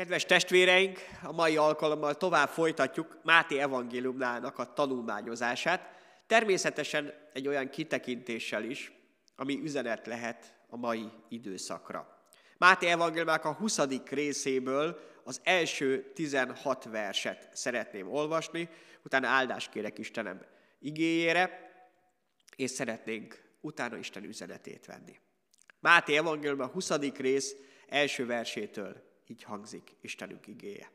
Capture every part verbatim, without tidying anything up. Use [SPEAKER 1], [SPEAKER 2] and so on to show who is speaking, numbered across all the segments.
[SPEAKER 1] Kedves testvéreink, a mai alkalommal tovább folytatjuk Máté evangéliumának a tanulmányozását, természetesen egy olyan kitekintéssel is, ami üzenet lehet a mai időszakra. Máté evangéliumának a huszadik részéből az első tizenhat verset szeretném olvasni, utána áldást kérek Istenem igéjére, és szeretnénk utána Isten üzenetét venni. Máté evangélium a huszadik rész első versétől így hangzik Istenünk igéje.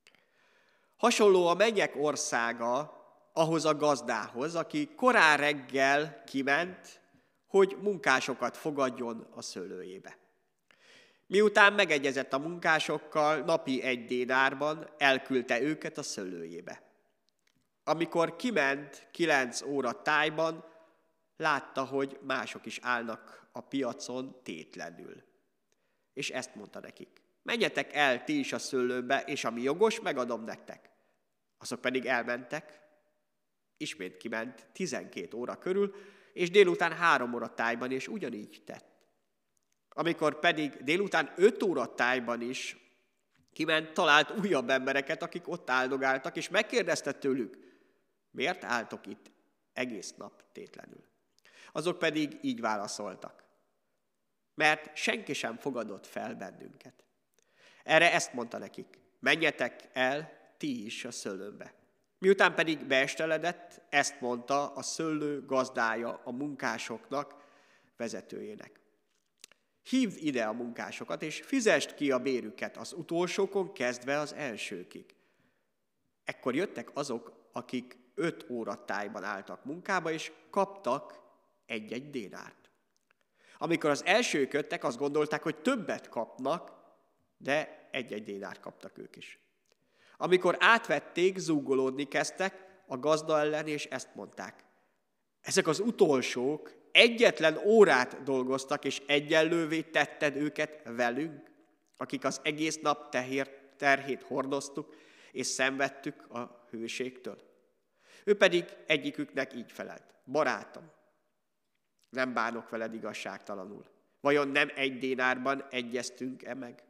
[SPEAKER 1] Hasonló a mennyek országa ahhoz a gazdához, aki korán reggel kiment, hogy munkásokat fogadjon a szőlőjébe. Miután megegyezett a munkásokkal, napi egy dénárban elküldte őket a szőlőjébe. Amikor kiment kilenc óra tájban, látta, hogy mások is állnak a piacon tétlenül. És ezt mondta nekik: menjetek el ti is a szőlőbe, és ami jogos, megadom nektek. Azok pedig elmentek, ismét kiment tizenkét óra körül, és délután három óra tájban, és ugyanígy tett. Amikor pedig délután öt óra tájban is kiment, talált újabb embereket, akik ott áldogáltak, és megkérdezte tőlük: miért álltok itt egész nap tétlenül? Azok pedig így válaszoltak: mert senki sem fogadott fel bennünket. Erre ezt mondta nekik: menjetek el ti is a szőlőbe. Miután pedig beesteledett, ezt mondta a szőlő gazdája a munkásoknak, vezetőjének: hívd ide a munkásokat, és fizest ki a bérüket, az utolsókon kezdve az elsőkig. Ekkor jöttek azok, akik öt óra tájban álltak munkába, és kaptak egy-egy dénárt. Amikor az elsők jöttek, azt gondolták, hogy többet kapnak, de egy-egy dénárt kaptak ők is. Amikor átvették, zúgolódni kezdtek a gazda ellen, és ezt mondták: ezek az utolsók egyetlen órát dolgoztak, és egyenlővé tetted őket velünk, akik az egész nap tehér, terhét hordoztuk, és szenvedtük a hőségtől. Ő pedig egyiküknek így felelt: barátom, nem bánok veled igazságtalanul. Vajon nem egy dénárban egyeztünk-e meg?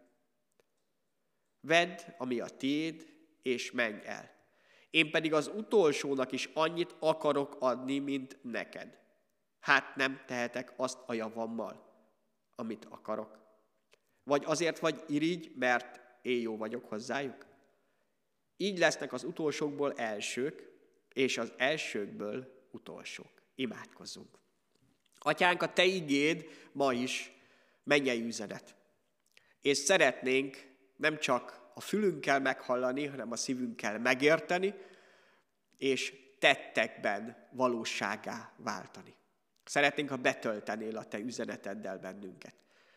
[SPEAKER 1] Vedd, ami a tiéd, és menj el. Én pedig az utolsónak is annyit akarok adni, mint neked. Hát nem tehetek azt a javammal, amit akarok. Vagy azért vagy irigy, mert én jó vagyok hozzájuk? Így lesznek az utolsókból elsők, és az elsőkből utolsók. Imádkozzunk. Atyánk, a te igéd ma is mennyei üzenet. És szeretnénk nem csak a fülünkkel meghallani, hanem a szívünkkel megérteni, és tettekben valósággá váltani. Szeretnénk, ha betöltenél a te üzeneteddel bennünket.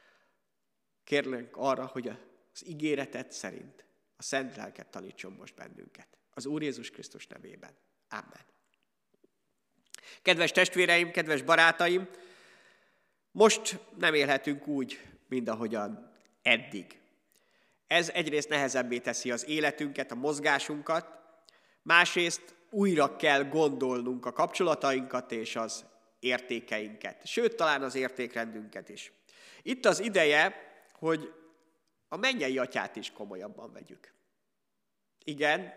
[SPEAKER 1] Kérlek arra, hogy az ígéreted szerint a Szent Lelket tanítson most bennünket. Az Úr Jézus Krisztus nevében. Amen. Kedves testvéreim, kedves barátaim, most nem élhetünk úgy, mint ahogyan eddig. Ez egyrészt nehezebbé teszi az életünket, a mozgásunkat, másrészt újra kell gondolnunk a kapcsolatainkat és az értékeinket, sőt, talán az értékrendünket is. Itt az ideje, hogy a mennyei atyát is komolyabban vegyük. Igen,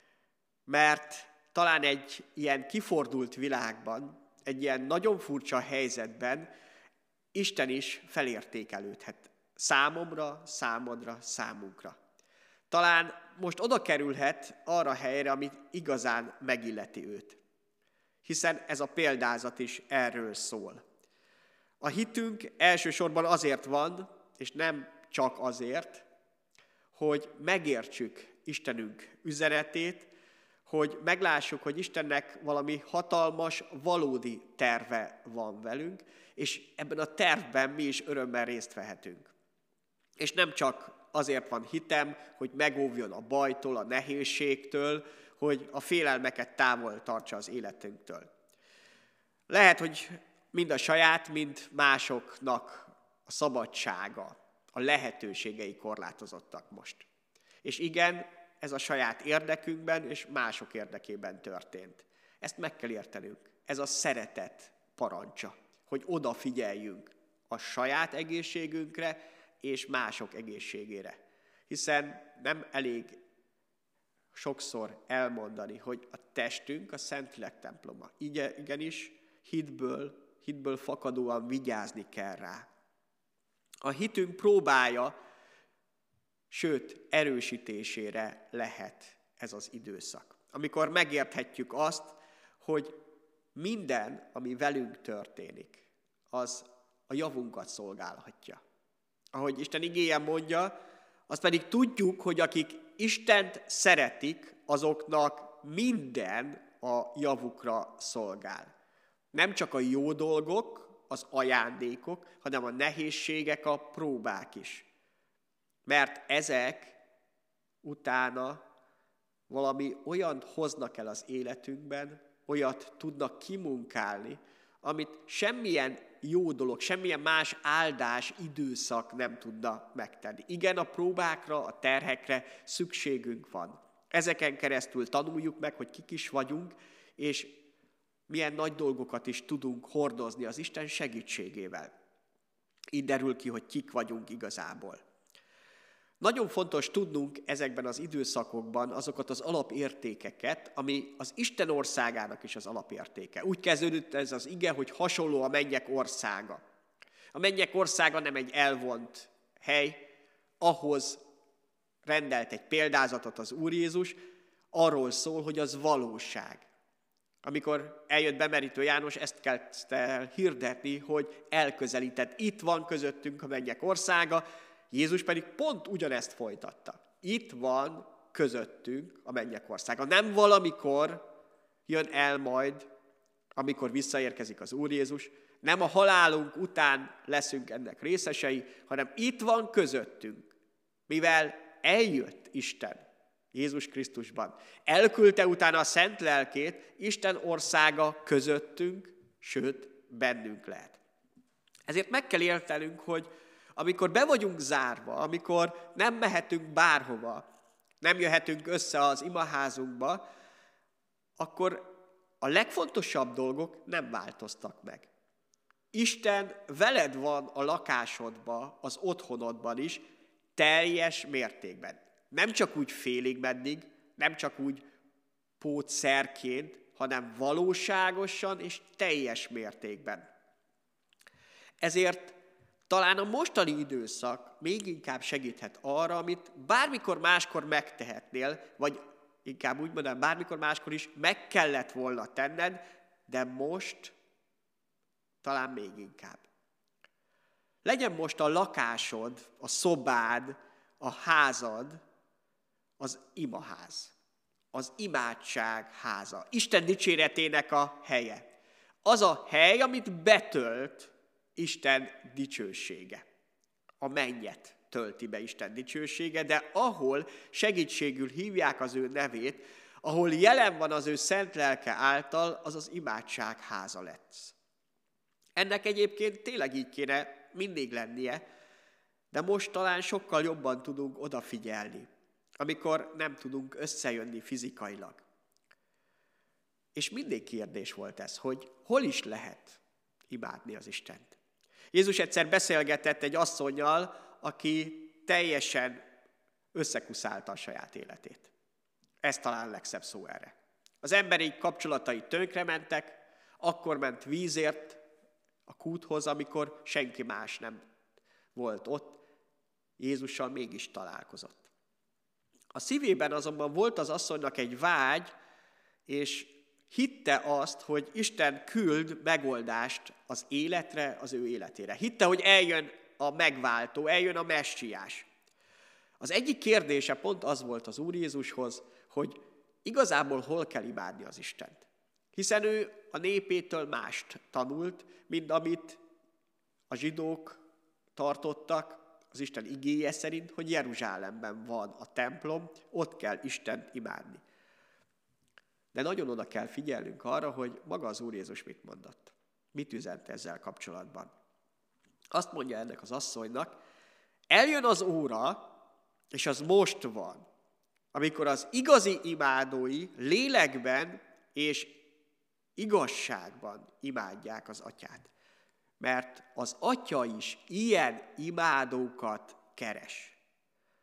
[SPEAKER 1] mert talán egy ilyen kifordult világban, egy ilyen nagyon furcsa helyzetben Isten is felértékelődhet. Számomra, számodra, számunkra. Talán most oda kerülhet arra a helyre, amit igazán megilleti őt. Hiszen ez a példázat is erről szól. A hitünk elsősorban azért van, és nem csak azért, hogy megértsük Istenünk üzenetét, hogy meglássuk, hogy Istennek valami hatalmas, valódi terve van velünk, és ebben a tervben mi is örömmel részt vehetünk. És nem csak azért van hitem, hogy megóvjon a bajtól, a nehézségtől, hogy a félelmeket távol tartsa az életünktől. Lehet, hogy mind a saját, mind másoknak a szabadsága, a lehetőségei korlátozottak most. És igen, ez a saját érdekünkben és mások érdekében történt. Ezt meg kell értenünk. Ez a szeretet parancsa, hogy odafigyeljünk a saját egészségünkre és mások egészségére. Hiszen nem elég sokszor elmondani, hogy a testünk a Szentlélek temploma. Igen, igenis, hitből, hitből fakadóan vigyázni kell rá. A hitünk próbája, sőt, erősítésére lehet ez az időszak. Amikor megérthetjük azt, hogy minden, ami velünk történik, az a javunkat szolgálhatja. Ahogy Isten igéje mondja, azt pedig tudjuk, hogy akik Istent szeretik, azoknak minden a javukra szolgál. Nem csak a jó dolgok, az ajándékok, hanem a nehézségek, a próbák is. Mert ezek utána valami olyant hoznak el az életünkben, olyat tudnak kimunkálni, amit semmilyen jó dolog, semmilyen más áldás, időszak nem tudna megtenni. Igen, a próbákra, a terhekre szükségünk van. Ezeken keresztül tanuljuk meg, hogy kik is vagyunk, és milyen nagy dolgokat is tudunk hordozni az Isten segítségével. Így derül ki, hogy kik vagyunk igazából. Nagyon fontos tudnunk ezekben az időszakokban azokat az alapértékeket, ami az Isten országának is az alapértéke. Úgy kezdődött ez az ige, hogy hasonló a mennyek országa. A mennyek országa nem egy elvont hely, ahhoz rendelt egy példázatot az Úr Jézus, arról szól, hogy az valóság. Amikor eljött Bemerítő János, ezt kezdte el hirdetni, hogy elközelített. Itt van közöttünk a mennyek országa, Jézus pedig pont ugyanezt folytatta. Itt van közöttünk a mennyek országa. Nem valamikor jön el majd, amikor visszaérkezik az Úr Jézus, nem a halálunk után leszünk ennek részesei, hanem itt van közöttünk, mivel eljött Isten Jézus Krisztusban. Elküldte utána a Szent Lelkét, Isten országa közöttünk, sőt, bennünk lehet. Ezért meg kell értenünk, hogy amikor be vagyunk zárva, amikor nem mehetünk bárhova, nem jöhetünk össze az imaházunkba, akkor a legfontosabb dolgok nem változtak meg. Isten veled van a lakásodban, az otthonodban is, teljes mértékben. Nem csak úgy félig meddig, nem csak úgy pótszerként, hanem valóságosan és teljes mértékben. Ezért talán a mostani időszak még inkább segíthet arra, amit bármikor máskor megtehetnél, vagy inkább úgy mondanám, bármikor máskor is meg kellett volna tenned, de most talán még inkább. Legyen most a lakásod, a szobád, a házad, az imaház, az imádság háza, Isten dicséretének a helye. Az a hely, amit betölt Isten dicsősége. A mennyet tölti be Isten dicsősége, de ahol segítségül hívják az ő nevét, ahol jelen van az ő szent lelke által, az az imádság háza lesz. Ennek egyébként tényleg így kéne mindig lennie, de most talán sokkal jobban tudunk odafigyelni, amikor nem tudunk összejönni fizikailag. És mindig kérdés volt ez, hogy hol is lehet imádni az Istent. Jézus egyszer beszélgetett egy asszonnyal, aki teljesen összekuszálta a saját életét. Ez talán legszebb szó erre. Az emberi kapcsolatai tönkrementek, akkor ment vízért a kúthoz, amikor senki más nem volt ott, Jézussal mégis találkozott. A szívében azonban volt az asszonynak egy vágy, és hitte azt, hogy Isten küld megoldást az életre, az ő életére. Hitte, hogy eljön a megváltó, eljön a messiás. Az egyik kérdése pont az volt az Úr Jézushoz, hogy igazából hol kell imádni az Istent. Hiszen ő a népétől mást tanult, mint amit a zsidók tartottak, az Isten igéje szerint, hogy Jeruzsálemben van a templom, ott kell Istent imádni. De nagyon oda kell figyelnünk arra, hogy maga az Úr Jézus mit mondott. Mit üzent ezzel kapcsolatban. Azt mondja ennek az asszonynak, eljön az óra, és az most van, amikor az igazi imádói lélekben és igazságban imádják az Atyát. Mert az Atya is ilyen imádókat keres.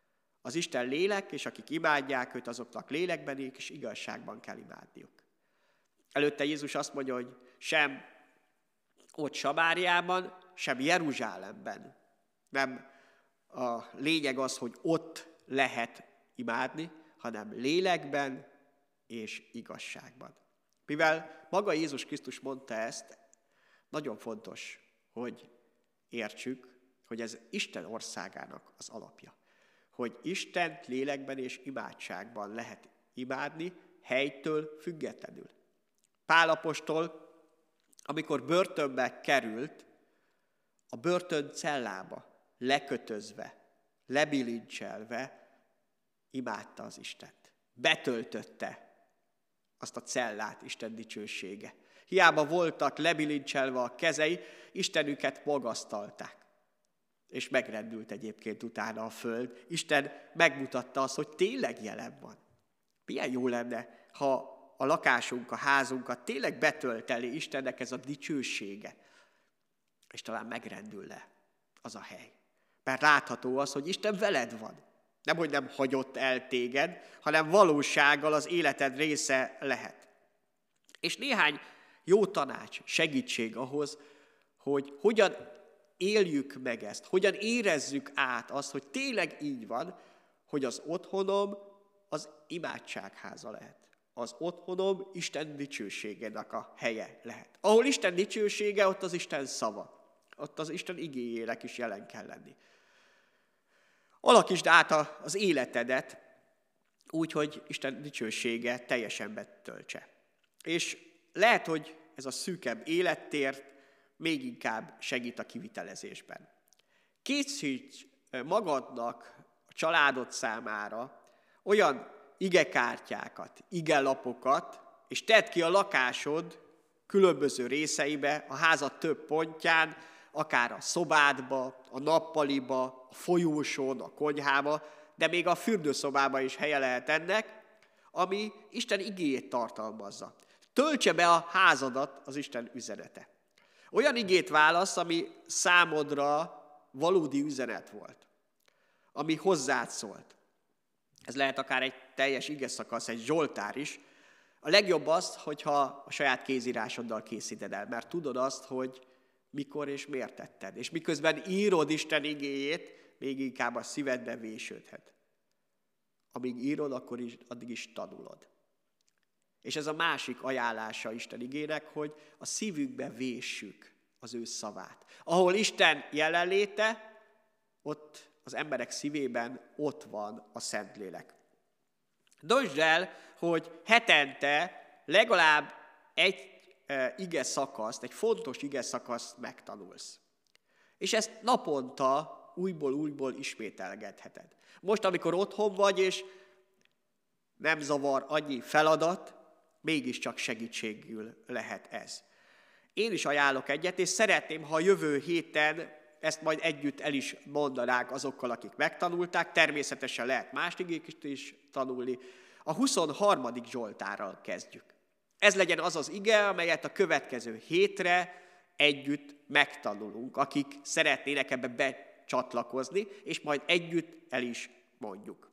[SPEAKER 1] Az Isten lélek, és akik imádják őt, azoknak lélekben és igazságban kell imádniuk. Előtte Jézus azt mondja, hogy sem ott Samáriában, sem Jeruzsálemben nem a lényeg az, hogy ott lehet imádni, hanem lélekben és igazságban. Mivel maga Jézus Krisztus mondta ezt, nagyon fontos, hogy értsük, hogy ez Isten országának az alapja. Hogy Istent lélekben és imádságban lehet imádni, helytől függetlenül. Pál apostol, amikor börtönbe került, a börtön cellába, lekötözve, lebilincselve imádta az Istent. Betöltötte azt a cellát Isten dicsősége. Hiába voltak lebilincselve a kezei, Istenüket magasztalták. És megrendült egyébként utána a föld. Isten megmutatta azt, hogy tényleg jelen van. Milyen jó lenne, ha a lakásunk, a házunkat tényleg betölteli Istennek ez a dicsősége. És talán megrendül le az a hely. Mert látható az, hogy Isten veled van. Nem, hogy nem hagyott el téged, hanem valósággal az életed része lehet. És néhány jó tanács, segítség ahhoz, hogy hogyan éljük meg ezt, hogyan érezzük át azt, hogy tényleg így van, hogy az otthonom az imádságháza lehet. Az otthonom Isten dicsőségének a helye lehet. Ahol Isten dicsősége, ott az Isten szava. Ott az Isten igéjének is jelen kell lenni. Alakítsd át az életedet úgy, hogy Isten dicsősége teljesen betöltse. És lehet, hogy ez a szűkebb élettér még inkább segít a kivitelezésben. Készíts magadnak, a családod számára olyan igekártyákat, igelapokat, és tedd ki a lakásod különböző részeibe, a házad több pontján, akár a szobádba, a nappaliba, a folyóson, a konyhába, de még a fürdőszobába is helye lehet ennek, ami Isten igéjét tartalmazza. Töltse be a házadat az Isten üzenete. Olyan igét válasz, ami számodra valódi üzenet volt, ami hozzád szólt. Ez lehet akár egy teljes igeszakasz, egy zsoltár is. A legjobb az, hogyha a saját kézírásoddal készíted el, mert tudod azt, hogy mikor és miért tetted. És miközben írod Isten igéjét, még inkább a szívedbe vésődhet. Amíg írod, akkor is, addig is tanulod. És ez a másik ajánlása Isten igének, hogy a szívünkbe véssük az ő szavát. Ahol Isten jelenléte, ott az emberek szívében ott van a Szentlélek. Döntsd el, hogy hetente legalább egy e, ige szakaszt, egy fontos ige szakaszt megtanulsz. És ezt naponta újból-újból ismételgetheted. Most, amikor otthon vagy, és nem zavar annyi feladat, mégiscsak segítségül lehet ez. Én is ajánlok egyet, és szeretném, ha a jövő héten ezt majd együtt el is mondanák azokkal, akik megtanulták. Természetesen lehet más igéket is tanulni. A huszonharmadik Zsoltárral kezdjük. Ez legyen az az ige, amelyet a következő hétre együtt megtanulunk, akik szeretnének ebbe becsatlakozni, és majd együtt el is mondjuk.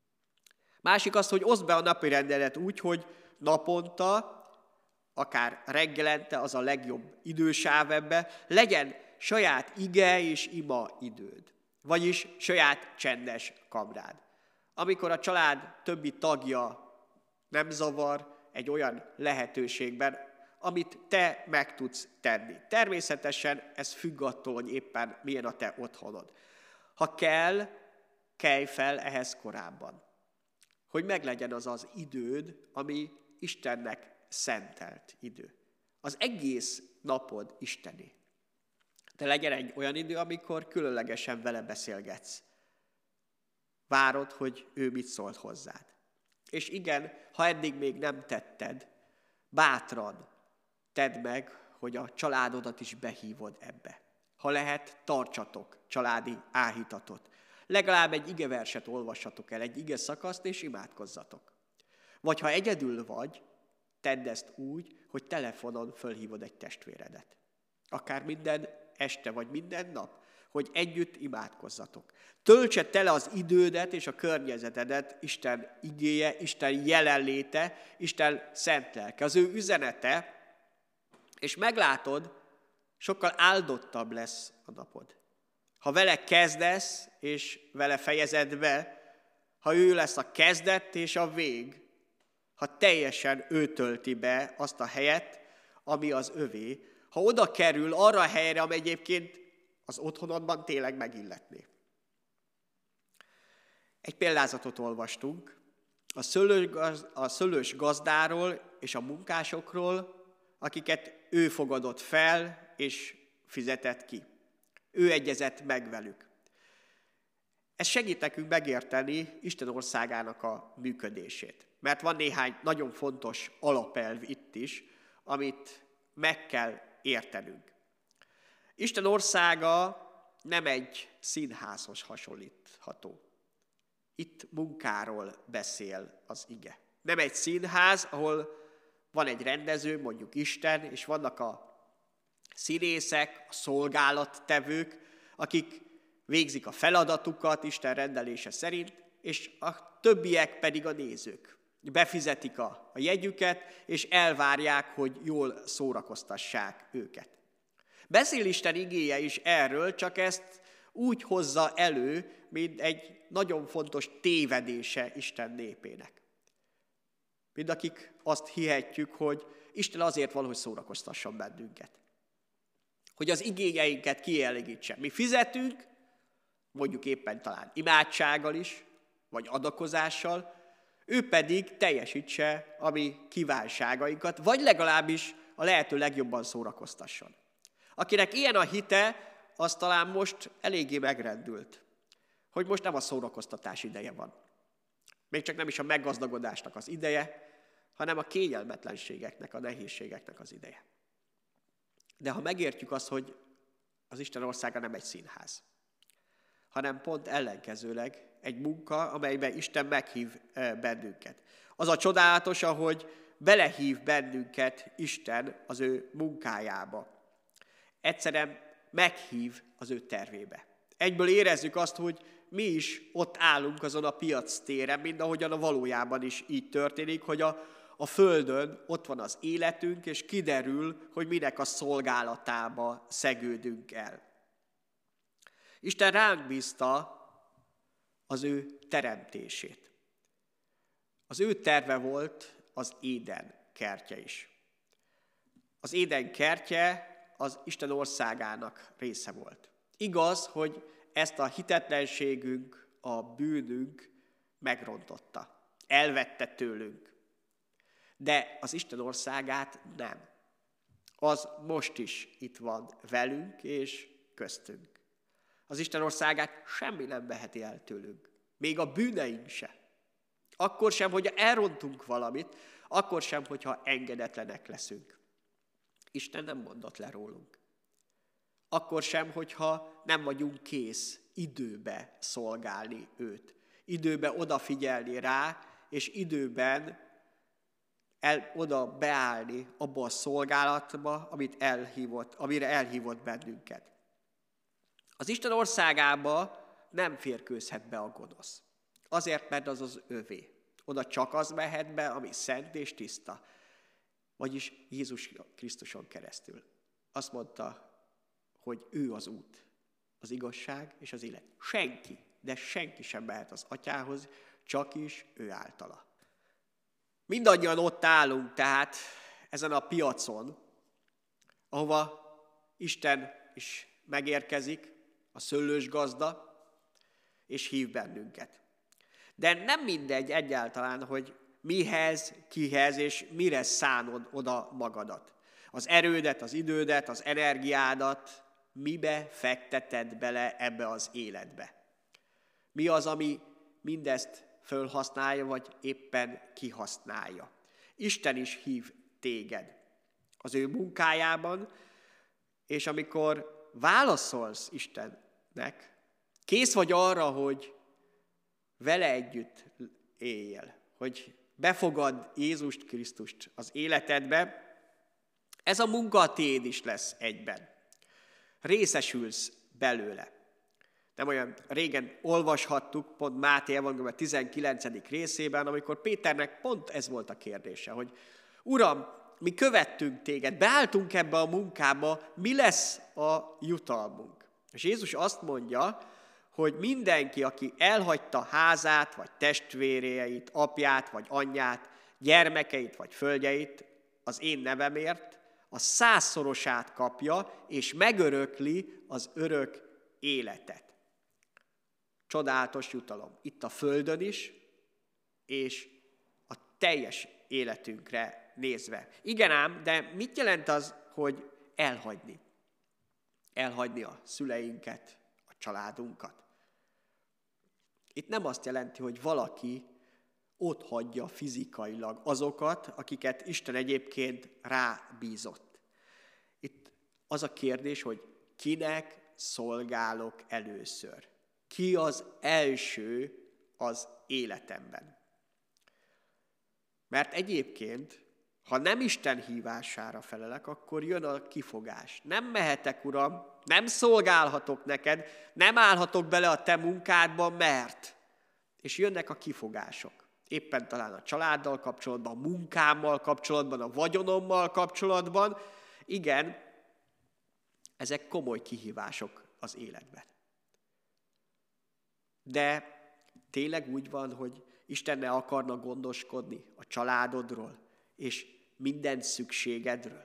[SPEAKER 1] Másik az, hogy oszd be a napi rendelet úgy, hogy naponta, akár reggelente, az a legjobb idősáv ebbe, legyen saját ige és ima időd, vagyis saját csendes kamrád. Amikor a család többi tagja nem zavar egy olyan lehetőségben, amit te meg tudsz tenni. Természetesen ez függ attól, hogy éppen milyen a te otthonod. Ha kell, kelj fel ehhez korábban, hogy meglegyen az az időd, ami Istennek szentelt idő. Az egész napod Istené. De legyen egy olyan idő, amikor különlegesen vele beszélgetsz. Várod, hogy ő mit szólt hozzád. És igen, ha eddig még nem tetted, bátran tedd meg, hogy a családodat is behívod ebbe. Ha lehet, tartsatok családi áhítatot. Legalább egy igeverset olvassatok el, egy ige szakaszt, és imádkozzatok. Vagy ha egyedül vagy, tedd ezt úgy, hogy telefonon fölhívod egy testvéredet. Akár minden este, vagy minden nap, hogy együtt imádkozzatok. Töltse tele az idődet és a környezetedet Isten igéje, Isten jelenléte, Isten szent lelke, az ő üzenete, és meglátod, sokkal áldottabb lesz a napod. Ha vele kezdesz, és vele fejezed be, ha ő lesz a kezdet és a vég, ha teljesen ő tölti be azt a helyet, ami az övé, ha oda kerül arra a helyre, ami egyébként az otthonodban tényleg megilletné. Egy példázatot olvastunk a szőlős, a szőlős gazdáról és a munkásokról, akiket ő fogadott fel és fizetett ki. Ő egyezett meg velük. Ez segít nekünk megérteni Isten országának a működését. Mert van néhány nagyon fontos alapelv itt is, amit meg kell értenünk. Isten országa nem egy színházhoz hasonlítható. Itt munkáról beszél az ige. Nem egy színház, ahol van egy rendező, mondjuk Isten, és vannak a színészek, a szolgálattevők, akik végzik a feladatukat Isten rendelése szerint, és a többiek pedig a nézők. Befizetik a, a jegyüket, és elvárják, hogy jól szórakoztassák őket. Beszél Isten igéje is erről, csak ezt úgy hozza elő, mint egy nagyon fontos tévedése Isten népének. Mind akik azt hihetjük, hogy Isten azért van, hogy szórakoztasson bennünket. Hogy az igényeinket kielégítse. Mi fizetünk, mondjuk éppen talán imádsággal is, vagy adakozással, ő pedig teljesítse a mi kívánságainkat, vagy legalábbis a lehető legjobban szórakoztasson. Akinek ilyen a hite, az talán most eléggé megrendült, hogy most nem a szórakoztatás ideje van. Még csak nem is a meggazdagodásnak az ideje, hanem a kényelmetlenségeknek, a nehézségeknek az ideje. De ha megértjük azt, hogy az Isten országa nem egy színház, hanem pont ellenkezőleg egy munka, amelyben Isten meghív bennünket. Az a csodálatos, ahogy belehív bennünket Isten az ő munkájába. Egyszerűen meghív az ő tervébe. Egyből érezzük azt, hogy mi is ott állunk azon a piac téren, mint ahogyan a valójában is így történik, hogy a, a földön ott van az életünk, és kiderül, hogy minek a szolgálatába szegődünk el. Isten ránk bízta az ő teremtését. Az ő terve volt az Éden kertje is. Az Éden kertje az Isten országának része volt. Igaz, hogy ezt a hitetlenségünk, a bűnünk megrontotta. Elvette tőlünk. De az Isten országát nem. Az most is itt van velünk és köztünk. Az Isten országát semmi nem veheti el tőlünk. Még a bűneink se. Akkor sem, hogyha elrontunk valamit, akkor sem, hogyha engedetlenek leszünk. Isten nem mondott le rólunk. Akkor sem, hogyha nem vagyunk kész időbe szolgálni őt. Időbe odafigyelni rá, és időben el, oda beállni abba a szolgálatba, amit elhívott, amire elhívott bennünket. Az Isten országába nem férkőzhet be a gonosz. Azért, mert az az övé. Oda csak az mehet be, ami szent és tiszta. Vagyis Jézus Krisztuson keresztül. Azt mondta, hogy ő az út, az igazság és az élet. Senki, de senki sem mehet az atyához, csak is ő általa. Mindannyian ott állunk tehát ezen a piacon, ahova Isten is megérkezik, a szőlős gazda, és hív bennünket. De nem mindegy egyáltalán, hogy mihez, kihez és mire szánod oda magadat. Az erődet, az idődet, az energiádat, mibe fekteted bele ebbe az életbe. Mi az, ami mindezt fölhasználja, vagy éppen kihasználja. Isten is hív téged az ő munkájában, és amikor válaszolsz Istennek, kész vagy arra, hogy vele együtt éljél, hogy befogad Jézust Krisztust az életedbe, ez a munka a tiéd is lesz egyben. Részesülsz belőle. Nem olyan régen olvashattuk, pont Máté evangélium tizenkilencedik részében, amikor Péternek pont ez volt a kérdése, hogy Uram, mi követtünk téged, beálltunk ebbe a munkába, mi lesz a jutalmunk? És Jézus azt mondja, hogy mindenki, aki elhagyta házát, vagy testvéreit, apját, vagy anyját, gyermekeit, vagy földjeit az én nevemért, a százszorosát kapja, és megörökli az örök életet. Csodálatos jutalom. Itt a földön is, és a teljes életünkre nézve. Igen ám, de mit jelent az, hogy elhagyni? Elhagyni a szüleinket, a családunkat. Itt nem azt jelenti, hogy valaki ott hagyja fizikailag azokat, akiket Isten egyébként rábízott. Itt az a kérdés, hogy kinek szolgálok először? Ki az első az életemben? Mert egyébként, ha nem Isten hívására felelek, akkor jön a kifogás. Nem mehetek, Uram, nem szolgálhatok neked, nem állhatok bele a te munkádba, mert... És jönnek a kifogások. Éppen talán a családdal kapcsolatban, a munkámmal kapcsolatban, a vagyonommal kapcsolatban. Igen, ezek komoly kihívások az életben. De tényleg úgy van, hogy Isten ne akarna gondoskodni a családodról, és minden szükségedről?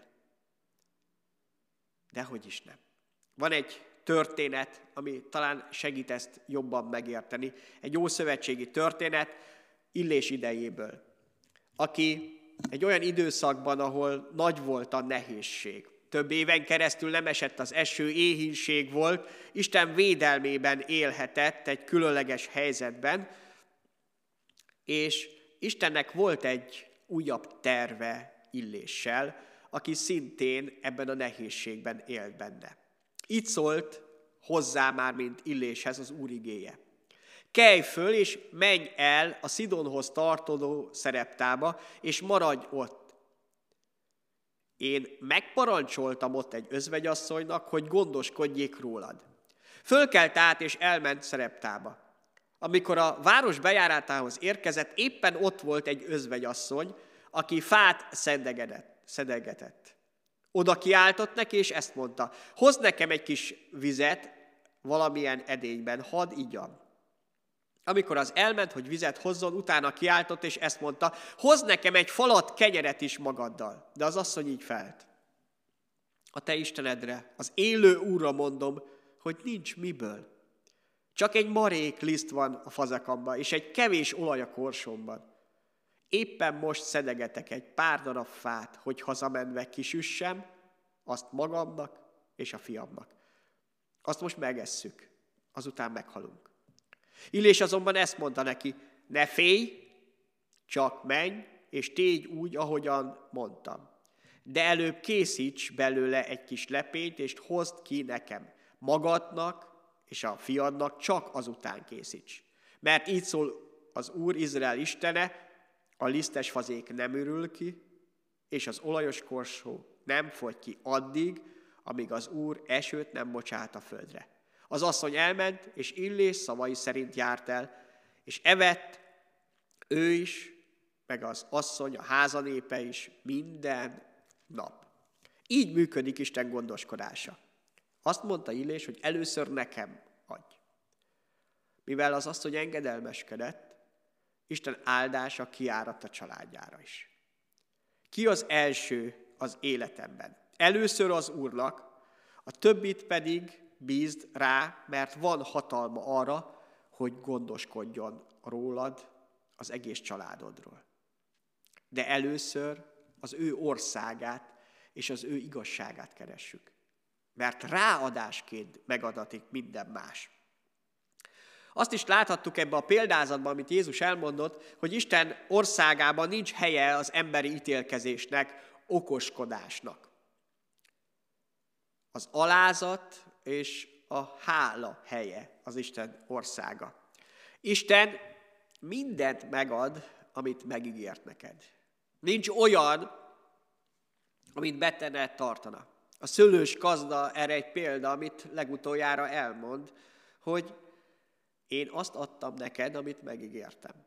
[SPEAKER 1] Dehogy is nem. Van egy történet, ami talán segít ezt jobban megérteni. Egy ószövetségi történet Illés idejéből, aki egy olyan időszakban, ahol nagy volt a nehézség. Több éven keresztül nem esett az eső, éhínség volt, Isten védelmében élhetett egy különleges helyzetben, és Istennek volt egy újabb terve Illéssel, aki szintén ebben a nehézségben élt benne. Így szólt hozzá már, mint Illéshez az Úr igéje. Kelj föl, és menj el a Szidonhoz tartozó Szereptába, és maradj ott. Én megparancsoltam ott egy özvegyasszonynak, hogy gondoskodjék rólad. Fölkelt át, és elment Szereptába. Amikor a város bejáratához érkezett, éppen ott volt egy özvegyasszony, aki fát szedegetett. Oda kiáltott neki, és ezt mondta, hozd nekem egy kis vizet valamilyen edényben, hadd igyam. Amikor az elment, hogy vizet hozzon, utána kiáltott, és ezt mondta, hozd nekem egy falat kenyeret is magaddal. De az asszony így felt. A te Istenedre, az élő Úrra mondom, hogy nincs miből. Csak egy marék liszt van a fazekamban, és egy kevés olaj a korsomban. Éppen most szedegetek egy pár darab fát, hogy hazamenve kisüssem, azt magamnak és a fiamnak. Azt most megesszük, azután meghalunk. Illés azonban ezt mondta neki, ne félj, csak menj, és tégy úgy, ahogyan mondtam. De előbb készíts belőle egy kis lepényt, és hozd ki nekem. Magadnak és a fiadnak csak azután készíts. Mert így szól az Úr Izrael Istene, a lisztes fazék nem ürül ki, és az olajos korsó nem fogy ki addig, amíg az Úr esőt nem bocsát a földre. Az asszony elment, és Illés szavai szerint járt el, és evett ő is, meg az asszony, a házanépe is minden nap. Így működik Isten gondoskodása. Azt mondta Illés, hogy először nekem adj. Mivel az asszony engedelmeskedett, Isten áldása kiáradt a családjára is. Ki az első az életemben? Először az Úrnak, a többit pedig bízd rá, mert van hatalma arra, hogy gondoskodjon rólad, az egész családodról. De először az ő országát és az ő igazságát keressük. Mert ráadásként megadatik minden más. Azt is láthattuk ebben a példázatban, amit Jézus elmondott, hogy Isten országában nincs helye az emberi ítélkezésnek, okoskodásnak. Az alázat és a hála helye az Isten országa. Isten mindent megad, amit megígért neked. Nincs olyan, amit betene tartana. A szőlős gazda erre egy példa, amit legutoljára elmond, hogy én azt adtam neked, amit megígértem.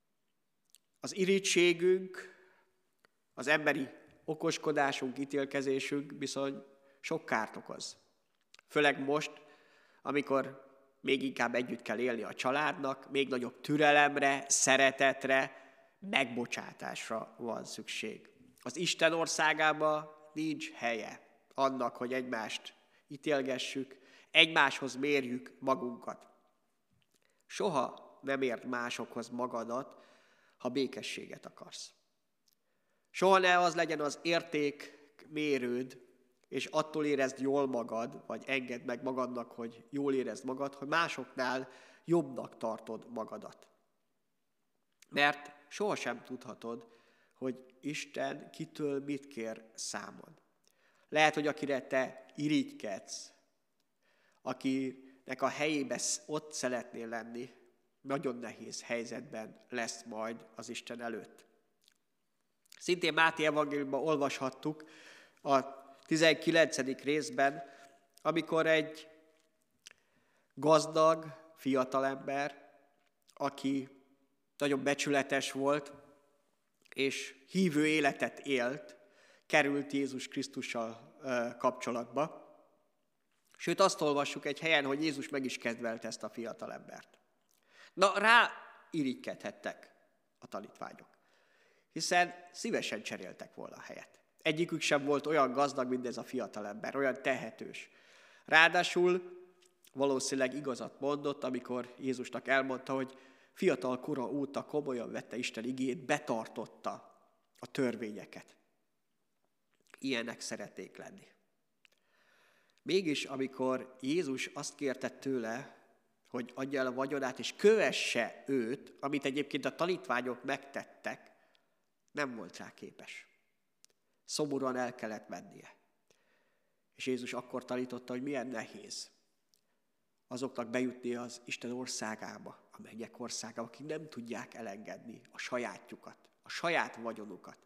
[SPEAKER 1] Az irítségünk, az emberi okoskodásunk, ítélkezésünk bizony sok kárt okoz. Főleg most, amikor még inkább együtt kell élni a családnak, még nagyobb türelemre, szeretetre, megbocsátásra van szükség. Az Isten országában nincs helye annak, hogy egymást ítélgessük, egymáshoz mérjük magunkat. Soha nem érd másokhoz magadat, ha békességet akarsz. Soha ne az legyen az értékmérőd, és attól érezd jól magad, vagy engedd meg magadnak, hogy jól érezd magad, hogy másoknál jobbnak tartod magadat. Mert sohasem tudhatod, hogy Isten kitől mit kér számon. Lehet, hogy akire te irigykedsz, akinek a helyébe ott szeretnél lenni, nagyon nehéz helyzetben lesz majd az Isten előtt. Szintén Máté evangéliumban olvashattuk a tizenkilencedik részben, amikor egy gazdag fiatalember, aki nagyon becsületes volt, és hívő életet élt, került Jézus Krisztussal kapcsolatba. Sőt, azt olvassuk egy helyen, hogy Jézus meg is kedvelte ezt a fiatalembert. Na, rá irigykedhettek a tanítványok, hiszen szívesen cseréltek volna a helyet. Egyikük sem volt olyan gazdag, mint ez a fiatalember, olyan tehetős. Ráadásul valószínűleg igazat mondott, amikor Jézusnak elmondta, hogy fiatal kora óta komolyan vette Isten igéjét, betartotta a törvényeket. Ilyenek szeretnék lenni. Mégis, amikor Jézus azt kérte tőle, hogy adja el a vagyonát és kövesse őt, amit egyébként a tanítványok megtettek, nem volt rá képes. Szomorúan el kellett mennie. És Jézus akkor tanította, hogy milyen nehéz azoknak bejutni az Isten országába, a mennyek országába, akik nem tudják elengedni a sajátjukat, a saját vagyonukat.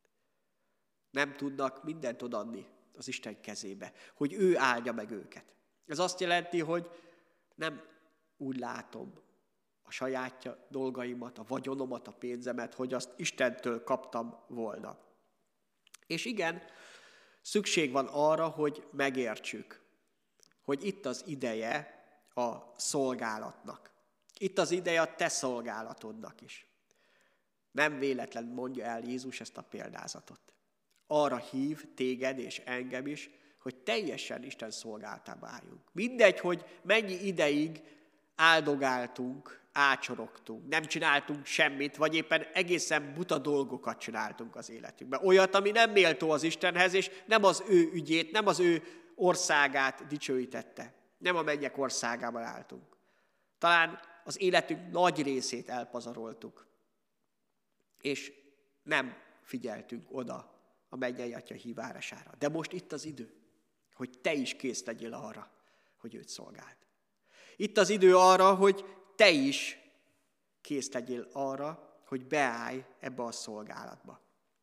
[SPEAKER 1] Nem tudnak mindent odaadni az Isten kezébe, hogy ő áldja meg őket. Ez azt jelenti, hogy nem úgy látom a sajátja dolgaimat, a vagyonomat, a pénzemet, hogy azt Istentől kaptam volna. És igen, szükség van arra, hogy megértsük, hogy itt az ideje a szolgálatnak. Itt az ideje a te szolgálatodnak is. Nem véletlen mondja el Jézus ezt a példázatot. Arra hív téged és engem is, hogy teljesen Isten szolgálatába álljunk. Mindegy, hogy mennyi ideig áldogáltunk, ácsorogtunk, nem csináltunk semmit, vagy éppen egészen buta dolgokat csináltunk az életünkben. Olyat, ami nem méltó az Istenhez, és nem az ő ügyét, nem az ő országát dicsőítette. Nem a mennyek országában álltunk. Talán az életünk nagy részét elpazaroltuk, és nem figyeltünk oda a mennyei Atya hívására. De most itt az idő, hogy te is kész legyél arra, hogy őt szolgáld. Itt az idő arra, hogy te is kész legyél arra, hogy beállj ebbe a szolgálatba.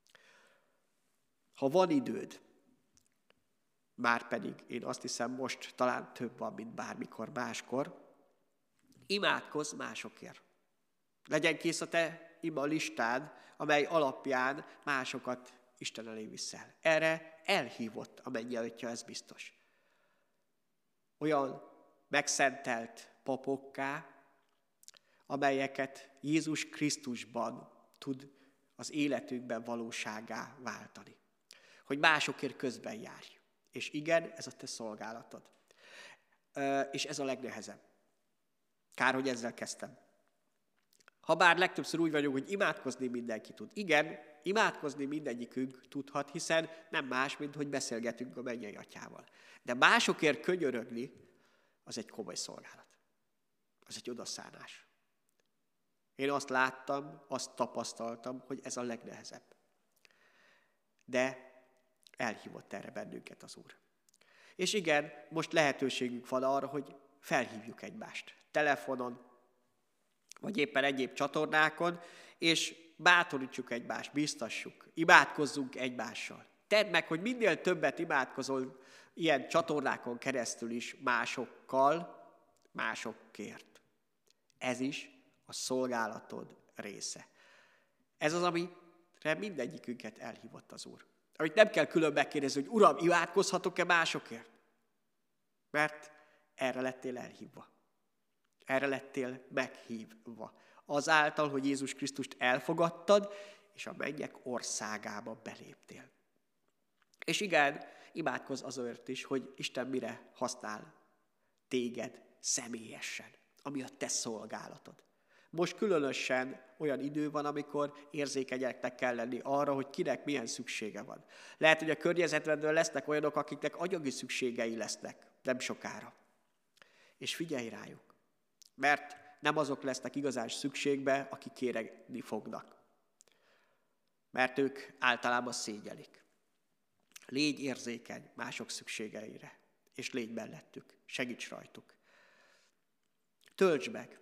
[SPEAKER 1] Ha van időd, márpedig én azt hiszem most talán több van, mint bármikor máskor, imádkozz másokért. Legyen kész a te ima listád, amely alapján másokat Isten elé viszel. Erre elhívott a mennyei Atya, ez biztos. Olyan megszentelt papokká, amelyeket Jézus Krisztusban tud az életünkben valósággá váltani. Hogy másokért közben járj. És igen, ez a te szolgálatod. És ez a legnehezebb. Kár, hogy ezzel kezdtem. Habár legtöbbször úgy vagyunk, hogy imádkozni mindenki tud. Igen, imádkozni mindegyikünk tudhat, hiszen nem más, mint hogy beszélgetünk a mennyei Atyával. De másokért könyörögni, az egy komoly szolgálat. Az egy odaszánás. Én azt láttam, azt tapasztaltam, hogy ez a legnehezebb. De elhívott erre bennünket az Úr. És igen, most lehetőségünk van arra, hogy felhívjuk egymást. Telefonon, vagy éppen egyéb csatornákon, és bátorítsuk egymást, biztassuk, imádkozzunk egymással. Tedd meg, hogy minél többet imádkozol ilyen csatornákon keresztül is másokkal, másokért. Ez is a szolgálatod része. Ez az, amire mindegyikünket elhívott az Úr. Amit nem kell külön megkérdezni, hogy Uram, imádkozhatok-e másokért? Mert erre lettél elhívva. Erre lettél meghívva. Azáltal, hogy Jézus Krisztust elfogadtad, és a mennyek országába beléptél. És igen, imádkozz azért is, hogy Isten mire használ téged személyesen, ami a te szolgálatod. Most különösen olyan idő van, amikor érzékenyeknek kell lenni arra, hogy kinek milyen szüksége van. Lehet, hogy a környezetedben lesznek olyanok, akiknek anyagi szükségei lesznek nem sokára. És figyelj rájuk, mert nem azok lesznek igazán szükségbe, akik kérni fognak. Mert ők általában szégyelik. Légy érzékeny mások szükségeire, és légy mellettük, segíts rajtuk. Töltsd meg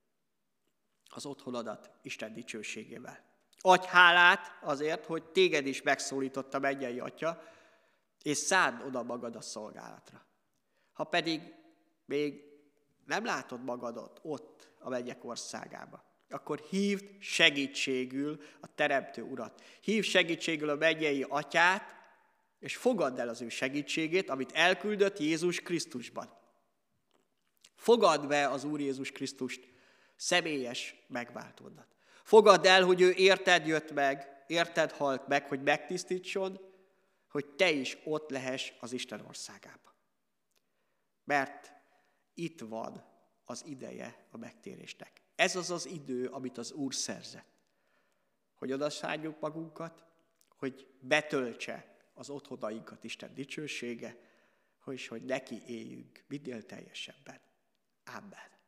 [SPEAKER 1] az otthonodat Isten dicsőségével. Adj hálát azért, hogy téged is megszólított a mennyei Atya, és szádd oda magad a szolgálatra. Ha pedig még nem látod magadat ott a mennyek országába, akkor hívd segítségül a Teremtő Urat. Hívd segítségül a mennyei Atyát, és fogadd el az ő segítségét, amit elküldött Jézus Krisztusban. Fogadd be az Úr Jézus Krisztust, személyes megváltódat. Fogadd el, hogy ő érted jött meg, érted halt meg, hogy megtisztítson, hogy te is ott lehess az Isten országában. Mert itt van az ideje a megtérésnek. Ez az az idő, amit az Úr szerzett. Hogy odaszálljuk magunkat, hogy betöltse az otthonainkat Isten dicsősége, és hogy neki éljünk minél teljesebben. Amen.